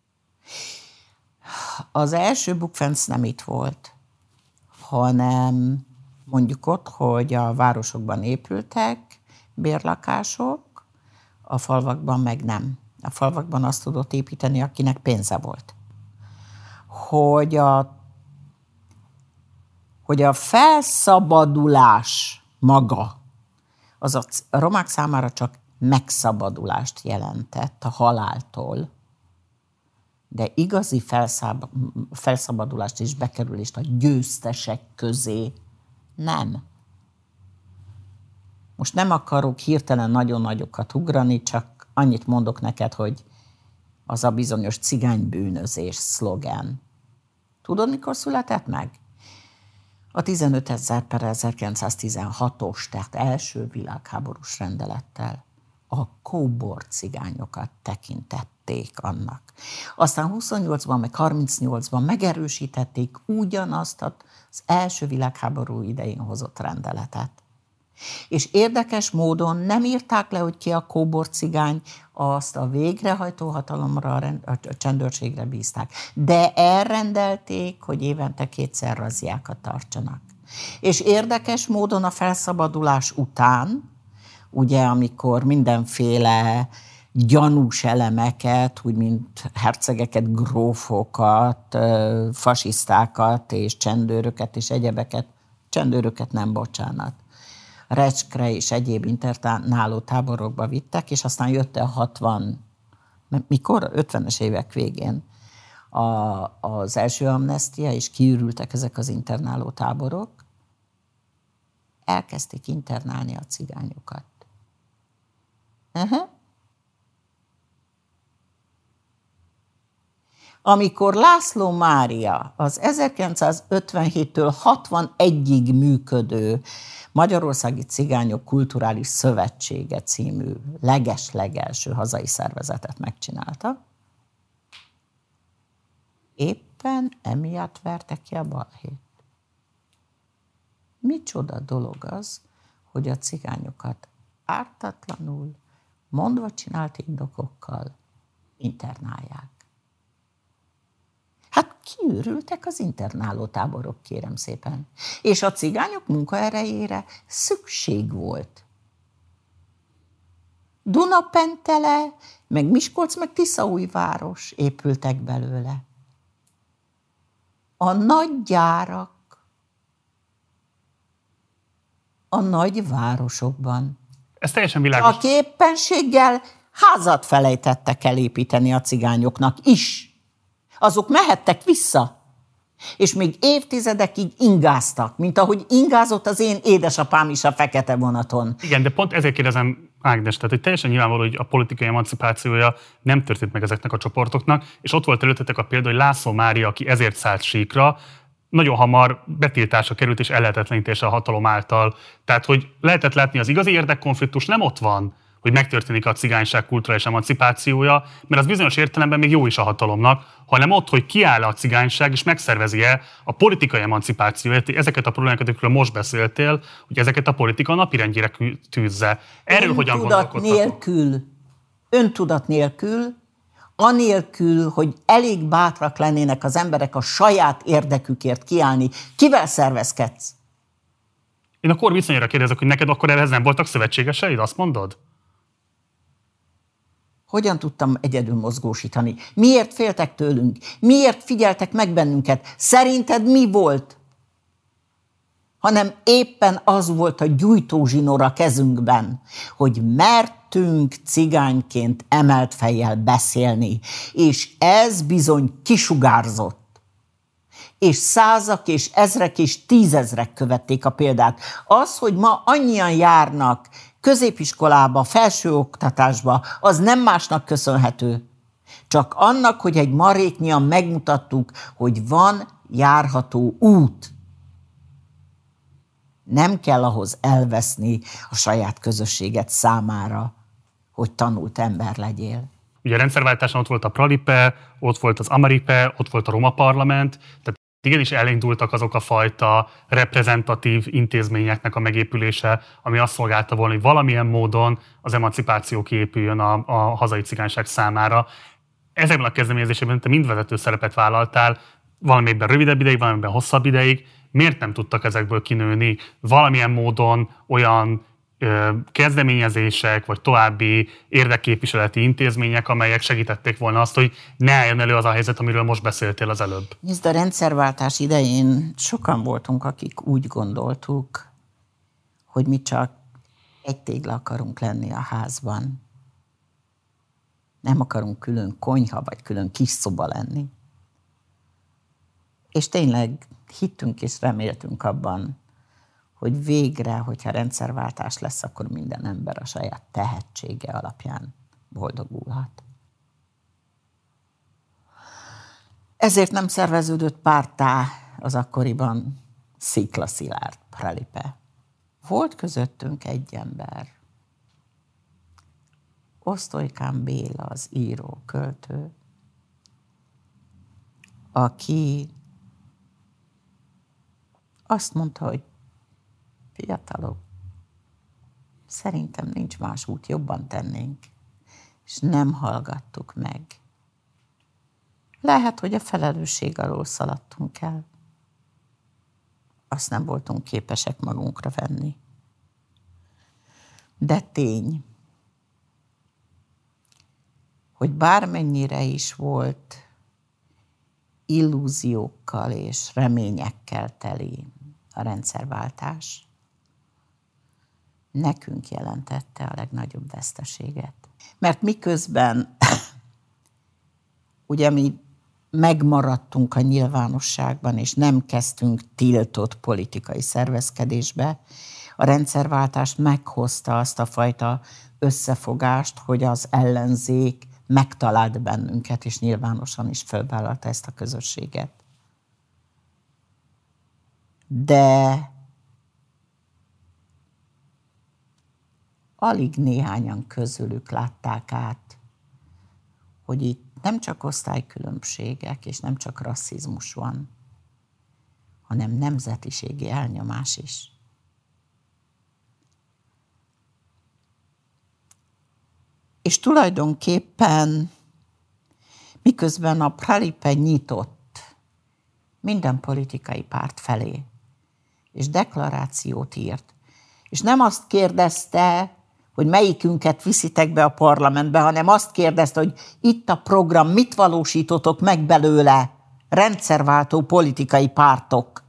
Az első bukfenc nem itt volt, hanem mondjuk ott, hogy a városokban épültek bérlakások, a falvakban meg nem. A falvakban azt tudott építeni, akinek pénze volt. Hogy a felszabadulás maga az a romák számára csak megszabadulást jelentett a haláltól, de igazi felszabadulást és bekerülést a győztesek közé nem. Most nem akarok hirtelen nagyon nagyokat ugrani, csak annyit mondok neked, hogy az a bizonyos cigánybűnözés szlogen. Tudod, mikor született meg? A 15.000/1916-os, tehát első világháborús rendelettel a kóbor cigányokat tekintették annak. Aztán 28-ban, meg 38-ban megerősítették ugyanazt az első világháború idején hozott rendeletet. És érdekes módon nem írták le, hogy ki a kóbor cigány, azt a végrehajtó hatalomra, a csendőrségre bízták. De elrendelték, hogy évente 2-szer razziákat tartsanak. És érdekes módon a felszabadulás után, ugye, amikor mindenféle gyanús elemeket, úgy mint hercegeket, grófokat, fasisztákat és csendőröket és egyebeket, csendőröket nem, bocsánat, Recskre és egyéb internáló táborokba vittek, és aztán jött a 50-es évek végén az első amnestia, és kiürültek ezek az internáló táborok, elkezdték internálni a cigányokat. Amikor László Mária az 1957-től 61-ig működő Magyarországi Cigányok Kulturális Szövetsége című leges-legelső hazai szervezetet megcsinálta, éppen emiatt verte ki a balhét. Micsoda dolog az, hogy a cigányokat ártatlanul, mondva csinált indokokkal internálják. Hát kiürültek az internáló táborok, kérem szépen. És a cigányok munkaerejére szükség volt. Dunapentele, meg Miskolc, meg Tiszaújváros épültek belőle. A nagy gyárak a nagy városokban. Ez teljesen világos. Csak éppenséggel házat felejtettek elépíteni a cigányoknak is. Azok mehettek vissza, és még évtizedekig ingáztak, mint ahogy ingázott az én édesapám is a fekete vonaton. Igen, de pont ezért kérdezem Ágnes, tehát hogy teljesen nyilvánvaló, hogy a politikai emancipációja nem történt meg ezeknek a csoportoknak, és ott volt előttetek a példa, hogy László Mária, aki ezért szállt síkra, nagyon hamar betiltásra került és ellehetetlenítése a hatalom által. Tehát, hogy lehetett látni, az igazi érdekkonfliktus nem ott van, hogy megtörténik a cigányság kulturális emancipációja, mert az bizonyos értelemben még jó is a hatalomnak, hanem ott, hogy kiáll a cigányság, és megszervezi-e a politikai emancipációt, ezeket a problémákat, amikről most beszéltél, hogy ezeket a politika napirendjére tűzze. Erről hogyan gondolkodhatok? Öntudat nélkül, anélkül, hogy elég bátrak lennének az emberek a saját érdekükért kiállni. Kivel szervezkedsz? Én a kor viszonyára kérdezek, hogy neked akkor ehhez nem voltak szövetségeseid, azt mondod? Hogyan tudtam egyedül mozgósítani? Miért féltek tőlünk? Miért figyeltek meg bennünket? Szerinted mi volt? Hanem éppen az volt a gyújtózsinór a kezünkben, hogy mertünk cigányként emelt fejjel beszélni, és ez bizony kisugárzott. És százak és ezrek és tízezrek követték a példát. Az, hogy ma annyian járnak középiskolába, felsőoktatásba, az nem másnak köszönhető. Csak annak, hogy egy maréknyian megmutattuk, hogy van járható út. Nem kell ahhoz elveszni a saját közösséget számára, hogy tanult ember legyél. Ugye a rendszerváltáson ott volt a Pralipe, ott volt az Amaripe, ott volt a Roma Parlament, tehát igenis elindultak azok a fajta reprezentatív intézményeknek a megépülése, ami azt szolgálta volna, hogy valamilyen módon az emancipáció kiépüljön a hazai cigányság számára. Ezekben a kezdeményezésében te mind vezető szerepet vállaltál, valamiben rövidebb ideig, valamiben hosszabb ideig. Miért nem tudtak ezekből kinőni valamilyen módon olyan kezdeményezések, vagy további érdekképviseleti intézmények, amelyek segítették volna azt, hogy ne álljon elő az a helyzet, amiről most beszéltél az előbb? Nézd, a rendszerváltás idején sokan voltunk, akik úgy gondoltuk, hogy mi csak Egy tégla akarunk lenni a házban. Nem akarunk külön konyha, vagy külön kis szoba lenni. És tényleg hittünk és reméltünk abban, hogy végre, hogyha rendszerváltás lesz, akkor minden ember a saját tehetsége alapján boldogulhat. Ezért nem szerveződött párttá az akkoriban Szikla Szilárd Pralipe. Volt közöttünk egy ember, Osztolykán Béla, az író, költő, aki azt mondta, hogy fiatalok, szerintem nincs más út, jobban tennénk, és nem hallgattuk meg. Lehet, hogy a felelősség alól szaladtunk el. Azt nem voltunk képesek magunkra venni. De tény, hogy bármennyire is volt illúziókkal és reményekkel teli a rendszerváltás, nekünk jelentette a legnagyobb veszteséget. Mert miközben ugye mi megmaradtunk a nyilvánosságban, és nem kezdtünk tiltott politikai szervezkedésbe, a rendszerváltás meghozta azt a fajta összefogást, hogy az ellenzék megtalált bennünket, és nyilvánosan is felvállalta ezt a közösséget. De alig néhányan közülük látták át, hogy itt nem csak osztálykülönbségek, és nem csak rasszizmus van, hanem nemzetiségi elnyomás is. És tulajdonképpen, miközben a Pralipe nyitott minden politikai párt felé, és deklarációt írt, és nem azt kérdezte, hogy melyikünket viszitek be a parlamentbe, hanem azt kérdezte, hogy itt a program, mit valósítotok meg belőle, rendszerváltó politikai pártok.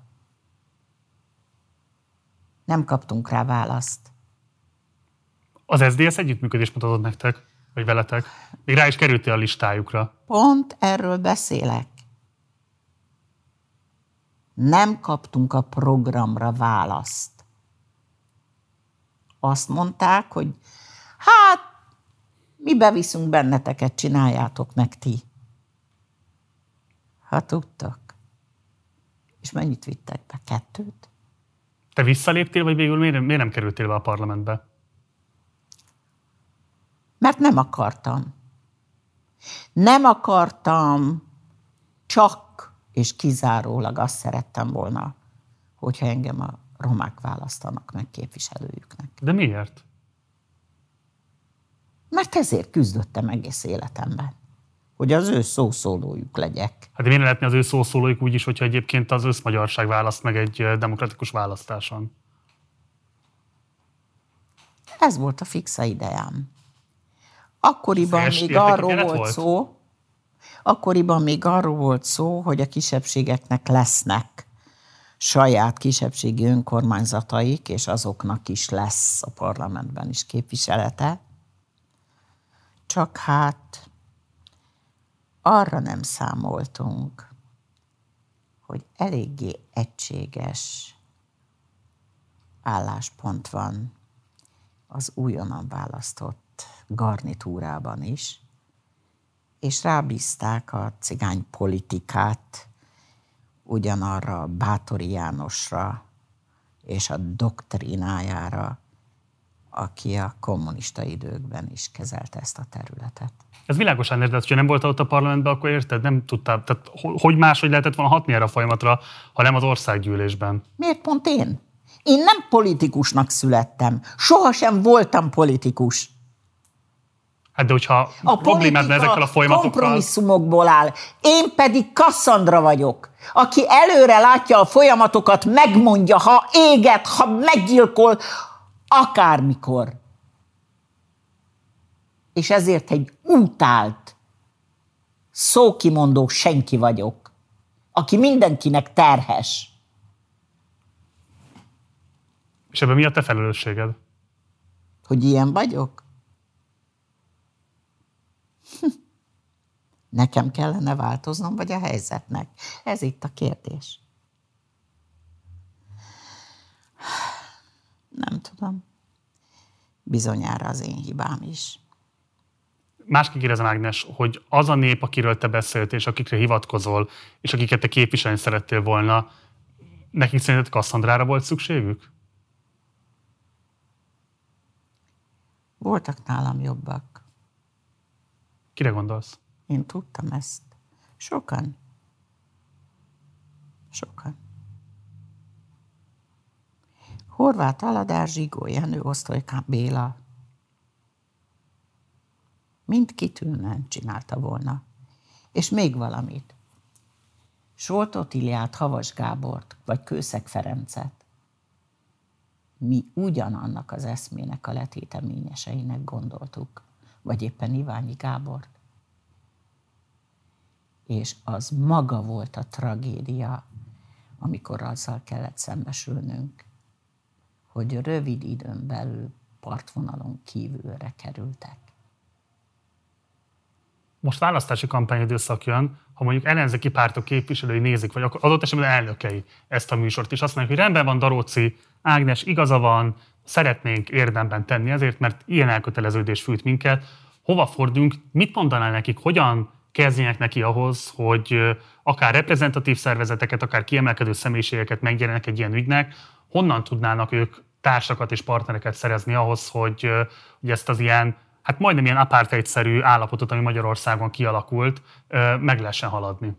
Nem kaptunk rá választ. Az SZDSZ együttműködést mutatott nektek, vagy veletek? Még rá is kerültél a listájukra. Pont erről beszélek. Nem kaptunk a programra választ. Azt mondták, hogy hát, mi beviszünk benneteket, csináljátok meg ti. Ha tudtok. És mennyit vittek be? 2? Te visszaléptél, vagy végül miért nem kerültél be a parlamentbe? Mert nem akartam. Nem akartam, csak és kizárólag azt szerettem volna, hogyha engem a romák választanak meg képviselőjüknek. De miért? Mert ezért küzdöttem egész életemben, hogy az ő szószólójuk legyek. Hát de miért ne lehetne az ő szószólóik úgy is, hogyha egyébként az összmagyarság választ meg egy demokratikus választáson? Ez volt a fixa ideám. Akkoriban még arról volt szó, hogy a kisebbségeknek lesznek saját kisebbségi önkormányzataik, és azoknak is lesz a parlamentben is képviselete. Csak hát arra nem számoltunk, hogy eléggé egységes álláspont van az újonnan választott garnitúrában is, és rábízták a cigánypolitikát ugyanarra Báthori Jánosra és a doktrínájára, aki a kommunista időkben is kezelte ezt a területet. Ez világosan érted, hogyha nem voltál ott a parlamentben, akkor érted, nem tudtál, tehát hogy máshogy lehetett volna hatni erre a folyamatra, ha nem az országgyűlésben? Miért pont én? Én nem politikusnak születtem. Sohasem voltam politikus. Hát de hogyha a problémád ezekkel a folyamatokkal... kompromisszumokból áll. Én pedig Kasszandra vagyok, aki előre látja a folyamatokat, megmondja, ha éget, ha meggyilkol, akármikor. És ezért egy utált, szókimondó senki vagyok, aki mindenkinek terhes. És ebben mi a te felelősséged? hogy ilyen vagyok? Nekem kellene változnom, vagy a helyzetnek? Ez itt a kérdés. Nem tudom. Bizonyára az én hibám is. Másképp kérdezem, Ágnes, hogy az a nép, akiről te beszéltél, és akikre hivatkozol, és akiket te képviselni szerettél volna, nekik szerinted Kasszandrára volt szükségük? Voltak nálam jobbak. Kire gondolsz? Én tudtam ezt. Sokan. Horváth Aladár, Zsigó Jenő, Osztolykán Béla. Mind kitűnően csinálta volna. És még valamit. Solt Ottiliát, Havas Gábort, vagy Kőszeg Ferencet. Mi ugyanannak az eszmének a letéteményeseinek gondoltuk. Vagy éppen Iványi Gábort. És az maga volt a tragédia, amikor azzal kellett szembesülnünk, hogy rövid időn belül partvonalon kívülre kerültek. Most választási kampányidőszak jön, ha mondjuk ellenzéki pártok képviselői nézik, vagy adott esetben elnökei ezt a műsort, és azt mondják, hogy rendben van, Daróczi, Ágnes, igaza van, szeretnénk érdemben tenni ezért, mert ilyen elköteleződés fűt minket. Hova forduljunk, mit mondanál nekik, hogyan kezdjenek neki ahhoz, hogy akár reprezentatív szervezeteket, akár kiemelkedő személyiségeket megjelennek egy ilyen ügynek, honnan tudnának ők társakat és partnereket szerezni ahhoz, hogy ezt az ilyen, hát majdnem ilyen apartheid-szerű állapotot, ami Magyarországon kialakult, meg lehessen haladni.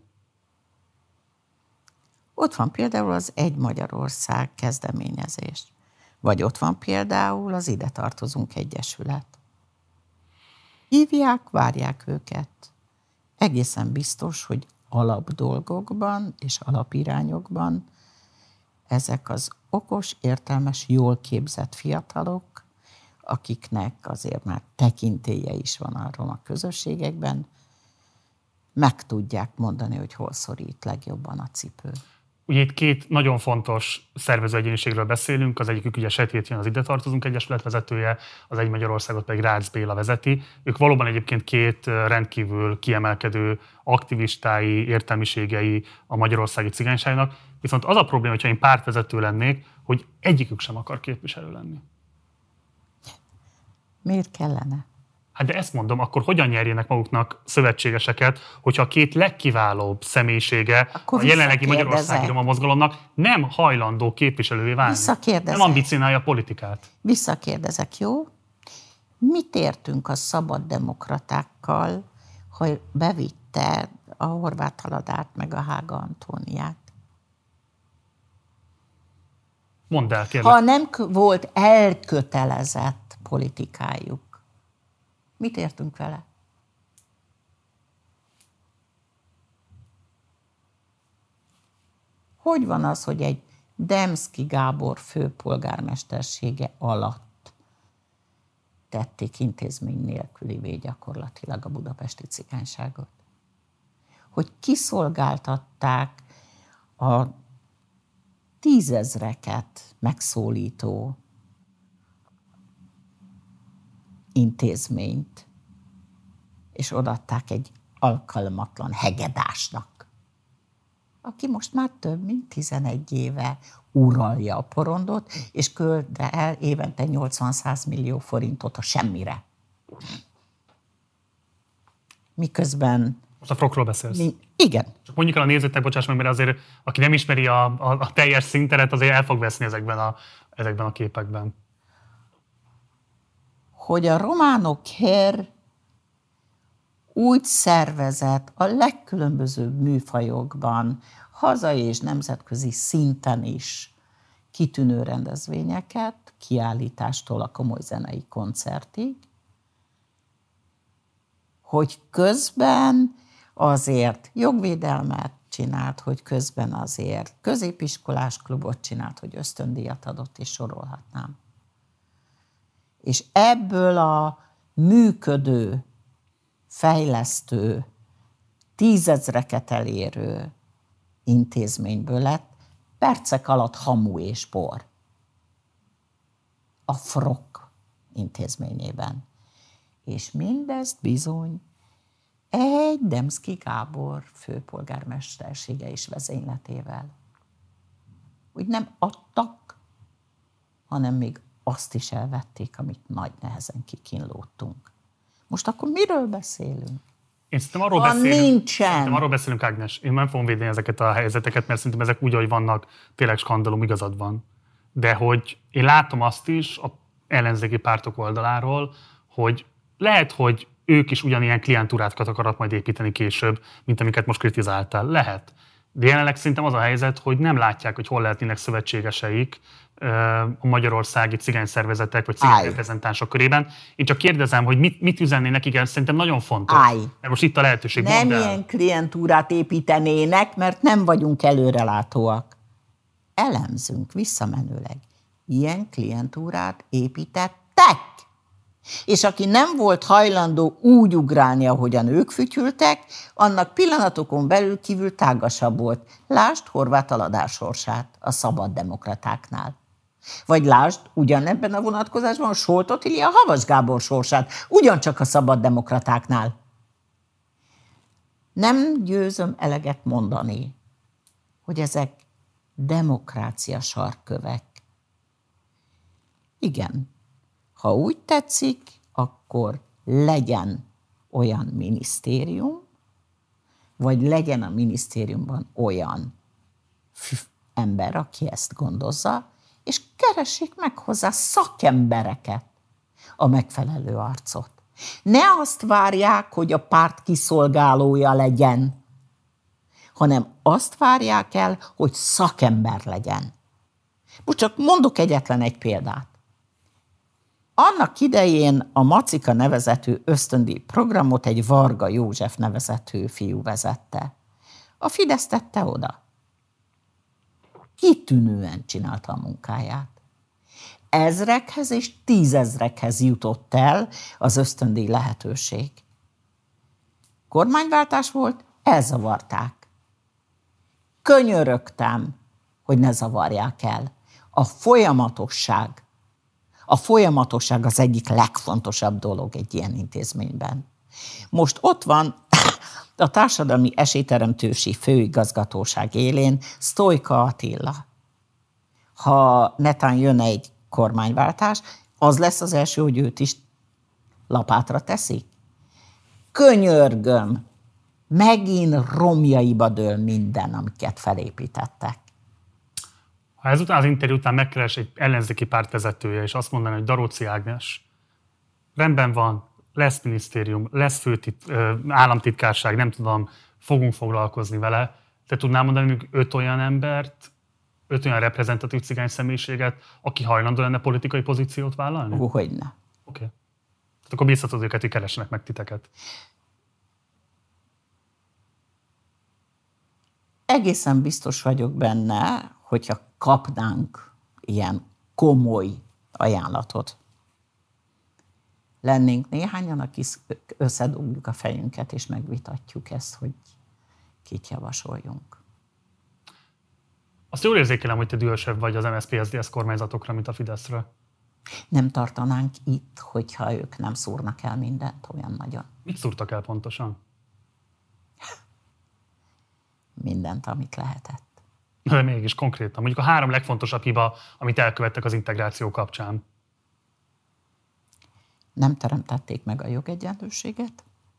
Ott van például az Egy Magyarország kezdeményezés. Vagy ott van például az Ide tartozunk egyesület. Hívják, várják őket. Egészen biztos, hogy alapdolgokban és alapirányokban ezek az okos, értelmes, jól képzett fiatalok, akiknek azért már tekintélye is van arról a közösségekben, meg tudják mondani, hogy hol szorít legjobban a cipő. Ugye itt két nagyon fontos szervező egyéniségről beszélünk, az egyikük ugye Setyétjen, az Ide tartozunk egyesület vezetője, az Egy Magyarországot pedig Rácz Béla vezeti. Ők valóban egyébként két rendkívül kiemelkedő aktivistái, értelmiségei a magyarországi cigányságnak, viszont az a probléma, hogyha én pártvezető lennék, hogy egyikük sem akar képviselő lenni. Miért kellene? Hát de ezt mondom, akkor hogyan nyerjenek maguknak szövetségeseket, hogyha a két legkiválóbb személyisége akkor a jelenlegi magyarországi roma mozgalomnak nem hajlandó képviselővé válni. Nem ambicionálja a politikát. Visszakérdezek, jó? Mit értünk a szabad demokratákkal, hogy bevitte a Horváth Aladárt meg a Hága Antóniát? Mondd el, kérlek. Ha nem volt elkötelezett politikájuk, mit értünk vele? Hogy van az, hogy egy Demszky Gábor főpolgármestersége alatt tették intézmény nélkülivé gyakorlatilag a budapesti cigányságot? Hogy kiszolgáltatták a 10 000-eket megszólító intézményt, és odaadták egy alkalmatlan hegedásnak, aki most már több mint 11 éve uralja a porondot, és költ el évente 80-100 millió forintot a semmire. Miközben... Most a frokról beszélsz. Igen. Csak mondjuk el a nézőknek, bocsáss meg, mert azért, aki nem ismeri a teljes szinteret, azért el fog veszni ezekben a képekben. Hogy a románokért úgy szervezett a legkülönbözőbb műfajokban, hazai és nemzetközi szinten is kitűnő rendezvényeket, kiállítástól a komoly zenei koncertig, hogy közben azért jogvédelmet csinált, hogy közben azért középiskolás klubot csinált, hogy ösztöndíjat adott, és sorolhatnám. És ebből a működő, fejlesztő, 10 000-eket elérő intézményből lett percek alatt hamu és bor. A frok intézményében. És mindezt bizony egy Demszky Gábor főpolgármestersége is vezényletével. Úgy nem adtak, hanem még azt is elvették, amit nagy nehezen kikínlódtunk. Most akkor miről beszélünk? Én szerintem arról beszélünk, Ágnes. Én nem fogom védeni ezeket a helyzeteket, mert szerintem ezek úgy, ahogy vannak, tényleg skandalum, igazad van. De hogy én látom azt is a ellenzéki pártok oldaláról, hogy lehet, hogy ők is ugyanilyen klientúrákat akarnak majd építeni később, mint amiket most kritizáltál. Lehet. De jelenleg szerintem az a helyzet, hogy nem látják, hogy hol lehetnének szövetségeseik a magyarországi cigányszervezetek vagy cigányreprezentánsok körében. Én csak kérdezem, hogy mit üzennének, igen, szerintem nagyon fontos. Mert most itt a lehetőség. Nem ilyen klientúrát építenének, mert nem vagyunk előrelátóak. Elemzünk visszamenőleg. Ilyen klientúrát építettek. És aki nem volt hajlandó úgy ugrálni, ahogyan ők fütyültek, annak pillanatokon belül kívül tágasabb volt. Lásd Horváth Aladár sorsát a szabaddemokratáknál. Vagy lásd ugyanebben a vonatkozásban a Solt Otília Havas Gábor sorsát, ugyancsak a szabaddemokratáknál. Nem győzöm eleget mondani, hogy ezek demokrácia sarkkövek. Igen. Ha úgy tetszik, akkor legyen olyan minisztérium, vagy legyen a minisztériumban olyan ember, aki ezt gondozza, és keressék meg hozzá szakembereket, a megfelelő arcot. Ne azt várják, hogy a párt kiszolgálója legyen, hanem azt várják el, hogy szakember legyen. Most csak mondok egyetlen egy példát. Annak idején a Macika nevezetű ösztöndíj programot egy Varga József nevezetű fiú vezette. A Fidesz tette oda. Kitűnően csinálta a munkáját. Ezrekhez és tízezrekhez jutott el az ösztöndíj lehetőség. Kormányváltás volt, elzavarták. Könyörögtem, hogy ne zavarják el. A folyamatosság az egyik legfontosabb dolog egy ilyen intézményben. Most ott van a Társadalmi Esélyteremtési Főigazgatóság élén Sztojka Attila. Ha netán jön egy kormányváltás, az lesz az első, hogy őt is lapátra teszik. Könyörgöm, megint romjaiba dől minden, amiket felépítettek. Ha ezután az interjú után megkeres egy ellenzéki pártvezetője, és azt mondaná, hogy Daróczi Ágnes, rendben van, lesz minisztérium, lesz államtitkárság, nem tudom, fogunk foglalkozni vele. Te tudnál mondani még 5 olyan embert, 5 olyan reprezentatív cigány személyiséget, aki hajlandó lenne politikai pozíciót vállalni? Hogyne. Oké. Tehát akkor bízhatod őket, hogy keressenek meg titeket. Egészen biztos vagyok benne, hogyha kapnánk ilyen komoly ajánlatot. Lennénk néhányan, akik összedugjuk a fejünket, és megvitatjuk ezt, hogy kit javasoljunk. Azt jól érzékelem, hogy te dühösebb vagy az MSZP-SZDSZ kormányzatokra, mint a Fideszre. Nem tartanánk itt, hogyha ők nem szúrnak el mindent olyan nagyon. Mit szúrtak el pontosan? Mindent, amit lehetett. De mégis konkrétan. Mondjuk a 3 legfontosabb hiba, amit elkövettek az integráció kapcsán. Nem teremtették meg a jogegyenlőséget.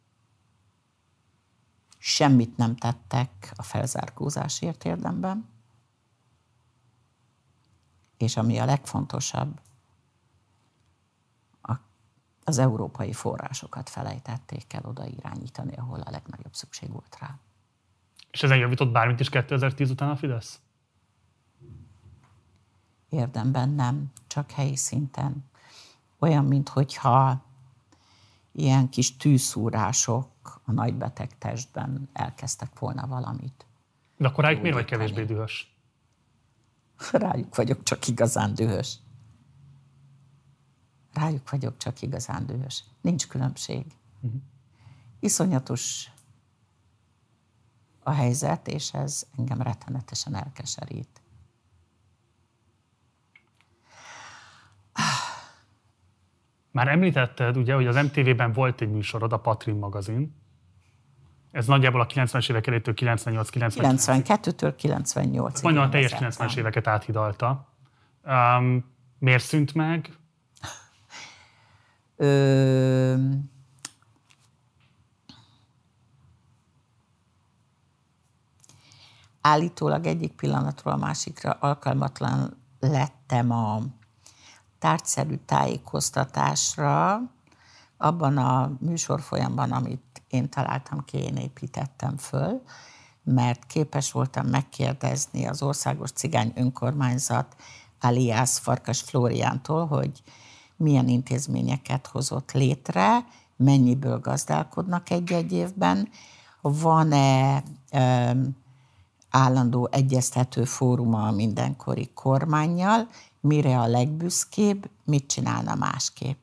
Semmit nem tettek a felzárkózásért érdemben. És ami a legfontosabb, az európai forrásokat felejtették el oda irányítani, ahol a legnagyobb szükség volt rá. És ezen javított bármit is 2010 után a Fidesz? Érdemben nem, csak helyi szinten. Olyan, minthogyha ilyen kis tűszúrások a nagybeteg testben elkezdtek volna valamit. De akkor rájuk miért vagy kevésbé dühös? Rájuk vagyok csak igazán dühös. Rájuk vagyok csak igazán dühös. Nincs különbség. Iszonyatos a helyzet, és ez engem rettenetesen elkeserít. Már említetted, ugye, hogy az MTV-ben volt egy műsorod, a Patrin magazin. Ez nagyjából a 90-es évek elétől 92-től 98-ig. Majdnem a teljes 90-es éveket áthidalta. Miért szűnt meg? Állítólag egyik pillanatról a másikra alkalmatlan lettem a tárgyszerű tájékoztatásra, abban a műsorfolyamban, amit én találtam ki, én építettem föl, mert képes voltam megkérdezni az Országos Cigány Önkormányzat alias Farkas Flóriántól, hogy milyen intézményeket hozott létre, mennyiből gazdálkodnak egy-egy évben, van-e állandó egyeztető fóruma a mindenkori kormánnyal, mire a legbüszkébb, mit csinálna másképp.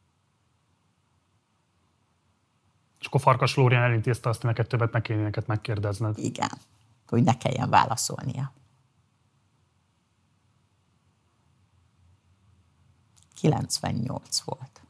És akkor Farkas Flórián elintézte azt, hogy neked többet meg kéne neked megkérdezned. Igen, hogy ne kelljen válaszolnia. 98 volt.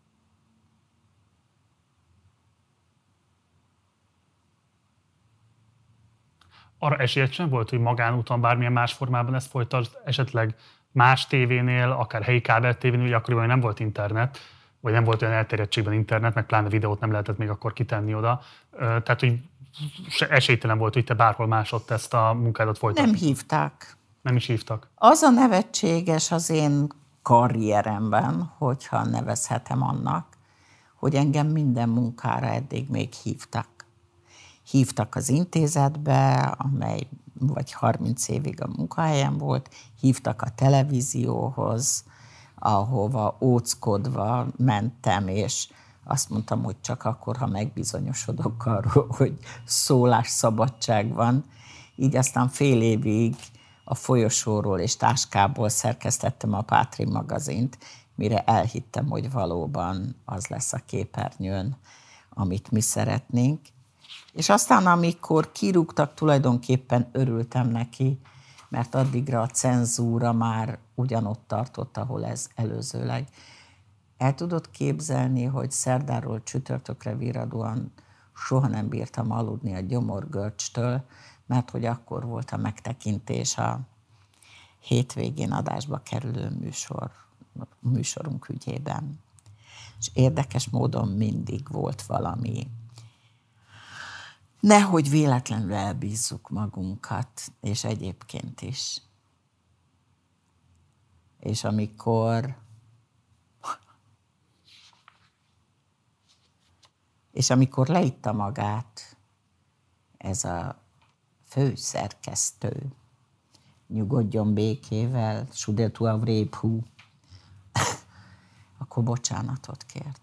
Arra esélyed sem volt, hogy magánúton bármilyen más formában ezt folytasd, esetleg más tévénél, akár helyi kábel tévénél, ugye akkoriban nem volt internet, vagy nem volt olyan elterjedtségben internet, meg pláne videót nem lehetett még akkor kitenni oda. Tehát, hogy esélytelen volt, hogy te bárhol másod ezt a munkádat folytatni. Nem hívták. Nem is hívtak. Az a nevetséges az én karrieremben, hogyha nevezhetem annak, hogy engem minden munkára eddig még hívtak. Hívtak az intézetbe, amely vagy 30 évig a munkahelyem volt, hívtak a televízióhoz, ahova óckodva mentem, és azt mondtam, hogy csak akkor, ha megbizonyosodok arról, hogy szólásszabadság van. Így aztán fél évig a folyosóról és táskából szerkesztettem a Patrin magazint, mire elhittem, hogy valóban az lesz a képernyőn, amit mi szeretnénk. És aztán, amikor kirúgtak, tulajdonképpen örültem neki, mert addigra a cenzúra már ugyanott tartott, ahol ez előzőleg. El tudod képzelni, hogy szerdáról csütörtökre virradóan soha nem bírtam aludni a gyomorgörcstől, mert hogy akkor volt a megtekintés a hétvégén adásba kerülő műsorunk ügyében. És érdekes módon mindig volt valami. Nehogy véletlenül elbízzuk magunkat, és egyébként is. És amikor leitta magát ez a főszerkesztő, nyugodjon békével, Sudetu Avréphu, akkor bocsánatot kért.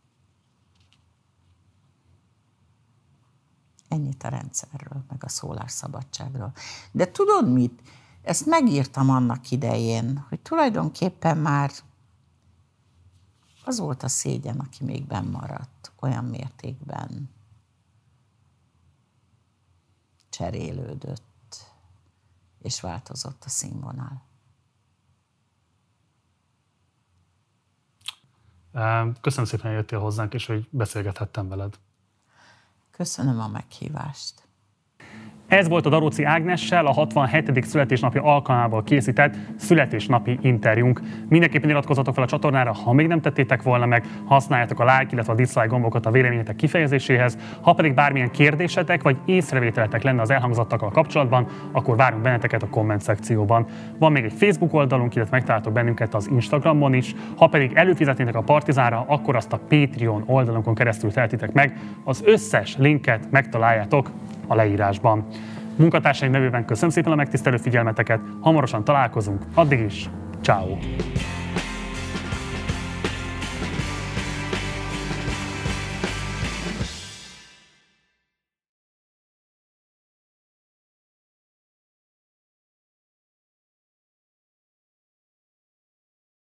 Ennyit a rendszerről, meg a szólásszabadságról. De tudod mit? Ezt megírtam annak idején, hogy tulajdonképpen már az volt a szégyen, aki még benn maradt, olyan mértékben cserélődött, és változott a színvonal. Köszönöm szépen, hogy jöttél hozzánk, és hogy beszélgethettem veled. Köszönöm a meghívást. Ez volt a Daróczi Ágnessel a 67. születésnapja alkalmából készített születésnapi interjúnk. Mindenképpen iratkozzatok fel a csatornára, ha még nem tettétek volna meg, használjátok a like, illetve a dislike gombokat a véleményetek kifejezéséhez. Ha pedig bármilyen kérdésetek vagy észrevételetek lenne az elhangzottakkal kapcsolatban, akkor várunk benneteket a komment szekcióban. Van még egy Facebook oldalunk, illetve megtaláltok bennünket az Instagramon is. Ha pedig előfizetnétek a Partizánra, akkor azt a Patreon oldalunkon keresztül tehetitek meg. Az összes linket megtaláljátok a leírásban. Munkatársaim nevében köszönöm szépen a megtisztelő figyelmeteket, hamarosan találkozunk, addig is, ciao.